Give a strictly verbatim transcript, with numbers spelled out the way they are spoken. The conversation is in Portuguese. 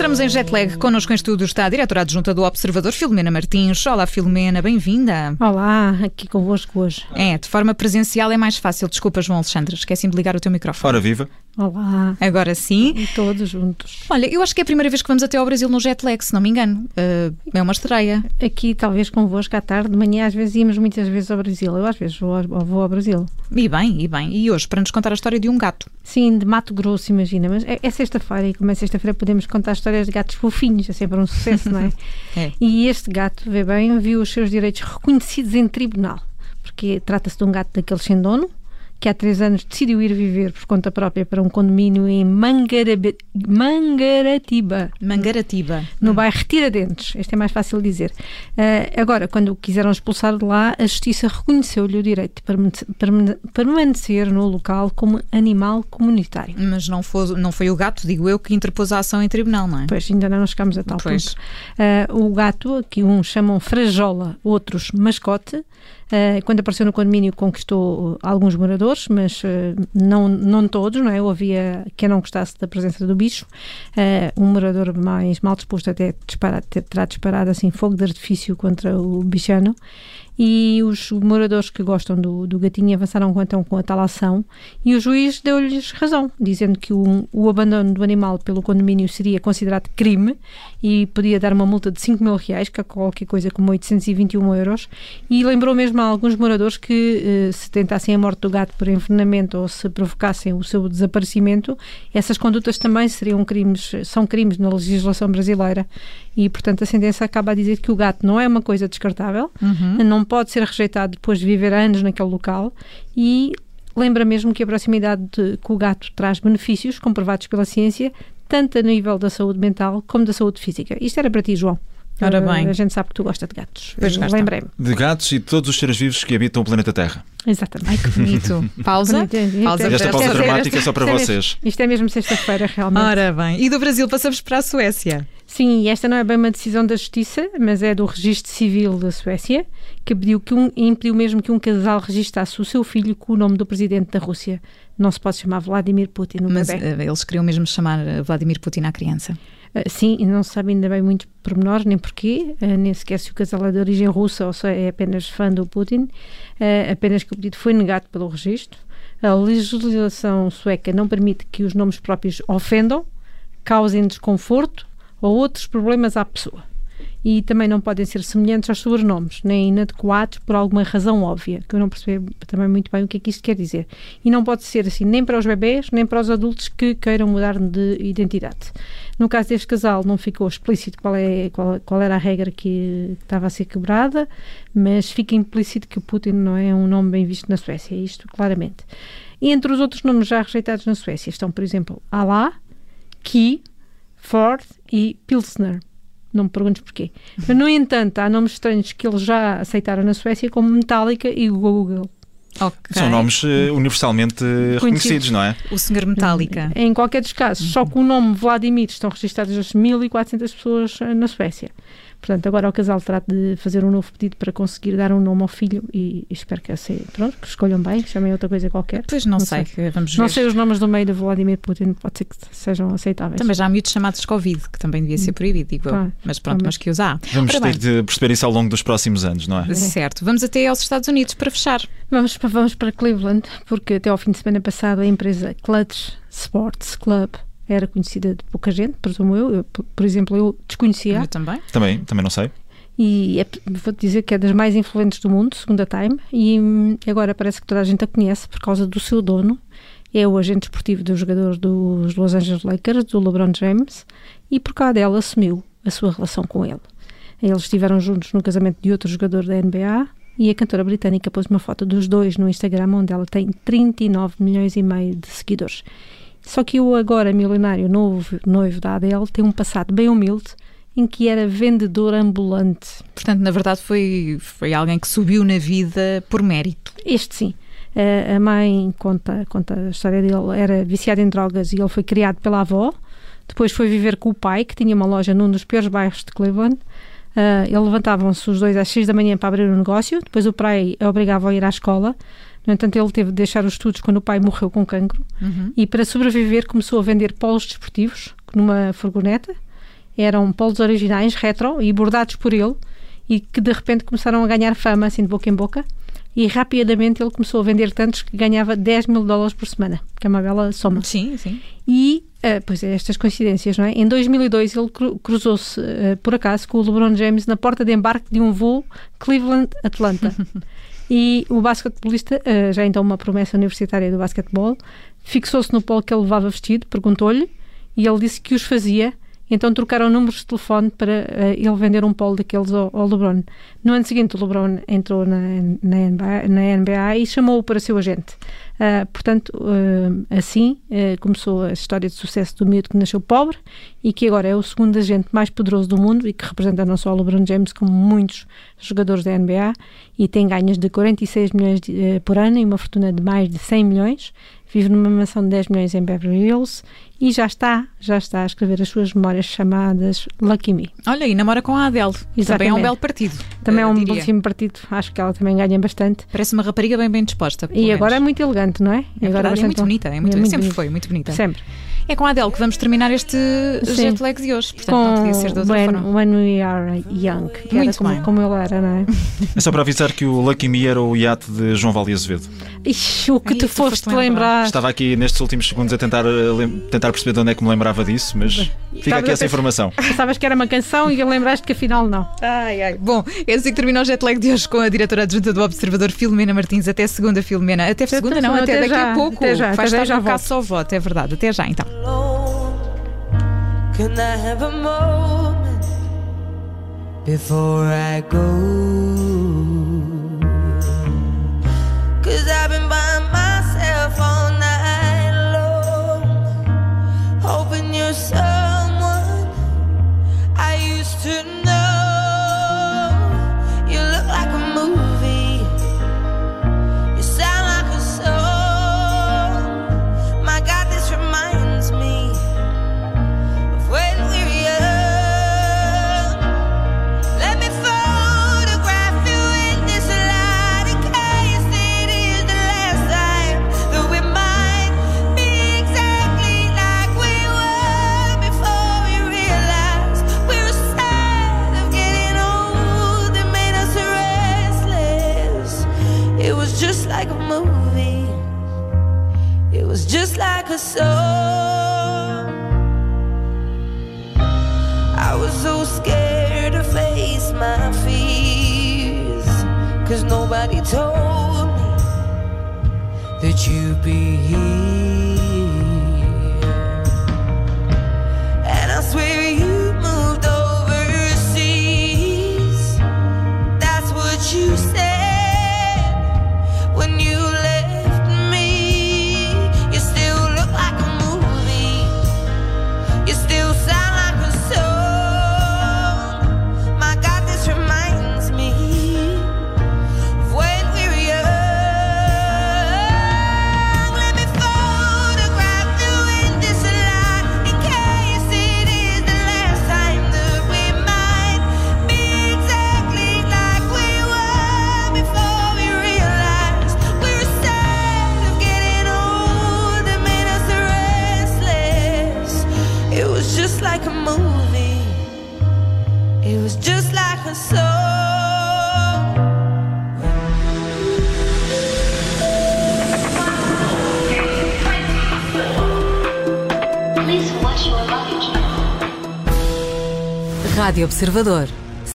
Entramos em jet lag. Connosco em estúdio está a diretora adjunta do Observador, Filomena Martins. Olá, Filomena, bem-vinda. Olá, aqui convosco hoje. É, de forma presencial é mais fácil. Desculpa, João Alexandre, esqueci-me de ligar o teu microfone. Ora, viva. Olá. Agora sim. E todos juntos. Olha, eu acho que é a primeira vez que vamos até ao Brasil no jet lag, se não me engano. Uh, é uma estreia. Aqui, talvez convosco à tarde, de manhã, às vezes íamos muitas vezes ao Brasil. Eu às vezes vou ao, vou ao Brasil. E bem, e bem. E hoje, para nos contar a história de um gato. Sim, de Mato Grosso, imagina. Mas é, é sexta-feira e como é sexta-feira podemos contar histórias de gatos fofinhos. É sempre um sucesso, não é? É. E este gato, vê bem, viu os seus direitos reconhecidos em tribunal. Porque trata-se de um gato daquele sem dono, que há três anos decidiu ir viver por conta própria para um condomínio em Mangarabe... Mangaratiba. Mangaratiba. No hum. bairro Tiradentes. Este é mais fácil de dizer. Uh, agora, quando o quiseram expulsar de lá, a Justiça reconheceu-lhe o direito de permanecer no local como animal comunitário. Mas não foi, não foi o gato, digo eu, que interpôs a ação em tribunal, não é? Pois, ainda não chegámos a tal pois. ponto. Uh, o gato, que uns chamam Frajola, outros Mascote, Uh, quando apareceu no condomínio conquistou uh, alguns moradores, mas uh, não, não todos, não é? Havia quem não gostasse da presença do bicho. Uh, um morador mais mal disposto até disparar, terá disparado assim, fogo de artifício contra o bichano. E os moradores que gostam do, do gatinho avançaram então com a tal ação e o juiz deu-lhes razão, dizendo que o, o abandono do animal pelo condomínio seria considerado crime e podia dar uma multa de cinco mil reais, que é qualquer coisa como oitocentos e vinte e um euros, e lembrou mesmo a alguns moradores que eh, se tentassem a morte do gato por envenenamento ou se provocassem o seu desaparecimento, essas condutas também seriam crimes, são crimes na legislação brasileira e, portanto, a sentença acaba a dizer que o gato não é uma coisa descartável, uhum. não pode ser rejeitado depois de viver anos naquele local e lembra mesmo que a proximidade de, com o gato traz benefícios comprovados pela ciência, tanto a nível da saúde mental como da saúde física. Isto era para ti, João. Ora bem. A gente sabe que tu gosta de gatos. Lembrei-me. De gatos e de todos os seres vivos que habitam o planeta Terra. Exatamente. Ai, que bonito. Pausa. Pausa. Esta pausa dramática é só para isto é vocês. Mesmo, isto é mesmo sexta-feira, realmente. Ora bem. E do Brasil passamos para a Suécia. Sim, e esta não é bem uma decisão da Justiça, mas é do Registro Civil da Suécia, que pediu que um, impediu mesmo que um casal registasse o seu filho com o nome do presidente da Rússia. Não se pode chamar Vladimir Putin, o Mas bebé. uh, eles queriam mesmo chamar Vladimir Putin à criança. Uh, sim, e não se sabe ainda bem muito pormenores, nem porquê, uh, nem sequer se o casal é de origem russa ou se é apenas fã do Putin, uh, apenas que o pedido foi negado pelo registro. A legislação sueca não permite que os nomes próprios ofendam, causem desconforto ou outros problemas à pessoa. E também não podem ser semelhantes aos sobrenomes, nem inadequados por alguma razão óbvia, que eu não percebo também muito bem o que é que isto quer dizer. E não pode ser assim nem para os bebés, nem para os adultos que queiram mudar de identidade. No caso deste casal não ficou explícito qual, é, qual, qual era a regra que estava a ser quebrada, mas fica implícito que o Putin não é um nome bem visto na Suécia, isto claramente. E entre os outros nomes já rejeitados na Suécia estão, por exemplo, Alá, Ki, Ford e Pilsner. Não me perguntes porquê. Mas, no entanto, há nomes estranhos que eles já aceitaram na Suécia, como Metallica e Google. Okay. São nomes uh, universalmente uh, reconhecidos, não é? O senhor Metallica. Em qualquer dos casos, uhum. Só com o nome Vladimir estão registradas as mil e quatrocentas pessoas na Suécia. Portanto, agora o casal terá de fazer um novo pedido para conseguir dar um nome ao filho e, e espero que, assim, pronto, que escolham bem, que chamem outra coisa qualquer. Pois não, não sei, sei. Vamos ver. Não sei os nomes do meio de Vladimir Putin, pode ser que sejam aceitáveis. Também já há miúdos chamados Covid, que também devia ser proibido, digo ah, eu. Mas pronto, mas que os há. Vamos Ora ter bem. de perceber isso ao longo dos próximos anos, não é? é? Certo. Vamos até aos Estados Unidos para fechar. Vamos para, vamos para Cleveland, porque até ao fim de semana passado a empresa Clutch Sports Club era conhecida de pouca gente, presumo eu. eu por exemplo, eu desconhecia. Eu também. Também, também não sei. E é, vou-te dizer que é das mais influentes do mundo, segundo a Time, e agora parece que toda a gente a conhece por causa do seu dono. É o agente esportivo dos jogadores dos Los Angeles Lakers, do LeBron James, e por causa dela assumiu a sua relação com ele. Eles estiveram juntos no casamento de outro jogador da N B A e a cantora britânica pôs uma foto dos dois no Instagram, onde ela tem trinta e nove milhões e meio de seguidores. Só que o agora milionário novo, noivo da Adele tem um passado bem humilde, em que era vendedor ambulante. Portanto, na verdade, foi, foi alguém que subiu na vida por mérito. Este sim. Uh, a mãe conta, conta a história dele, era viciado em drogas e ele foi criado pela avó. Depois foi viver com o pai, que tinha uma loja num dos piores bairros de Cleveland. Uh, ele levantavam-se os dois às seis da manhã para abrir um negócio. Depois o pai obrigava a ir à escola. No entanto, ele teve de deixar os estudos quando o pai morreu com cancro. Uhum. E para sobreviver começou a vender polos desportivos numa furgoneta. eram polos originais, retro, e bordados por ele, e que de repente começaram a ganhar fama, assim de boca em boca, e rapidamente ele começou a vender tantos que ganhava dez mil dólares por semana, que é uma bela soma. Sim, sim. E, uh, pois é, estas coincidências, não é? Em dois mil e dois ele cru- cruzou-se, uh, por acaso, com o LeBron James na porta de embarque de um voo Cleveland-Atlanta. E o basquetebolista, uh, já então uma promessa universitária do basquetebol, fixou-se no polo que ele levava vestido, perguntou-lhe, e ele disse que os fazia. Então trocaram números de telefone para uh, ele vender um polo daqueles ao, ao LeBron. No ano seguinte o LeBron entrou na, na, N B A, na N B A e chamou-o para seu agente. Uh, portanto, uh, assim uh, começou a história de sucesso do miúdo que nasceu pobre e que agora é o segundo agente mais poderoso do mundo e que representa não só o LeBron James como muitos jogadores da N B A e tem ganhos de quarenta e seis milhões de, uh, por ano e uma fortuna de mais de cem milhões. Vive numa mansão de dez milhões em Beverly Hills e já está, já está a escrever as suas memórias chamadas Lucky Me. Olha, e namora com a Adele. Exatamente. Também é um belo partido. Também é um diria. belíssimo partido. Acho que ela também ganha bastante. Parece uma rapariga bem bem disposta. E menos. agora é muito elegante, não é? É, agora verdade, é muito bonita. É muito, é muito sempre bonita. foi muito bonita. Sempre. É com a Adele que vamos terminar este Sim. jet lag de hoje. Portanto, não podia ser de outra when, forma. when We Are Young, que Muito era como, bem. como ele era, não é? É só para avisar que o Lucky Me era o iate de João Vale Azevedo. Ixi, o que Ai, te tu foste foste lembrar. Estava aqui nestes últimos segundos a tentar, uh, lem- tentar perceber de onde é que me lembrava disso, mas fica Estavas aqui a essa pensar- informação. Pensavas que era uma canção e lembraste que afinal não. Ai, ai. Bom, é assim que termina o jet lag de hoje com a diretora adjunta do Observador, Filomena Martins. Até segunda, Filomena. Até segunda, não, até, até daqui já, a pouco. até já, Vai até estar já no volto. caso só voto, é verdade. Até já, então. Can I have a moment before I go? 'Cause I've been by myself all night long, hoping you're someone I used to know. You look like a movie, you sound like a song. My God, this reminds me when we were young. Let me photograph you in this light in case it is the last time that we might be exactly like we were before we realized we were sad of getting old. It made us restless. It was just like a movie. It was just like a song. I was so scared to face my fears, 'cause nobody told me that you'd be here. And I swear you moved overseas. That's what you said when you left me. You still look like a movie. You still sound like a song. My God, this reminds me of when we were young. Let me photograph you in this light in case it is the last time that we might be exactly like we were before we realized we were sad of getting old. It made us restless. It was just like a movie. It was just like a song. Rádio Observador.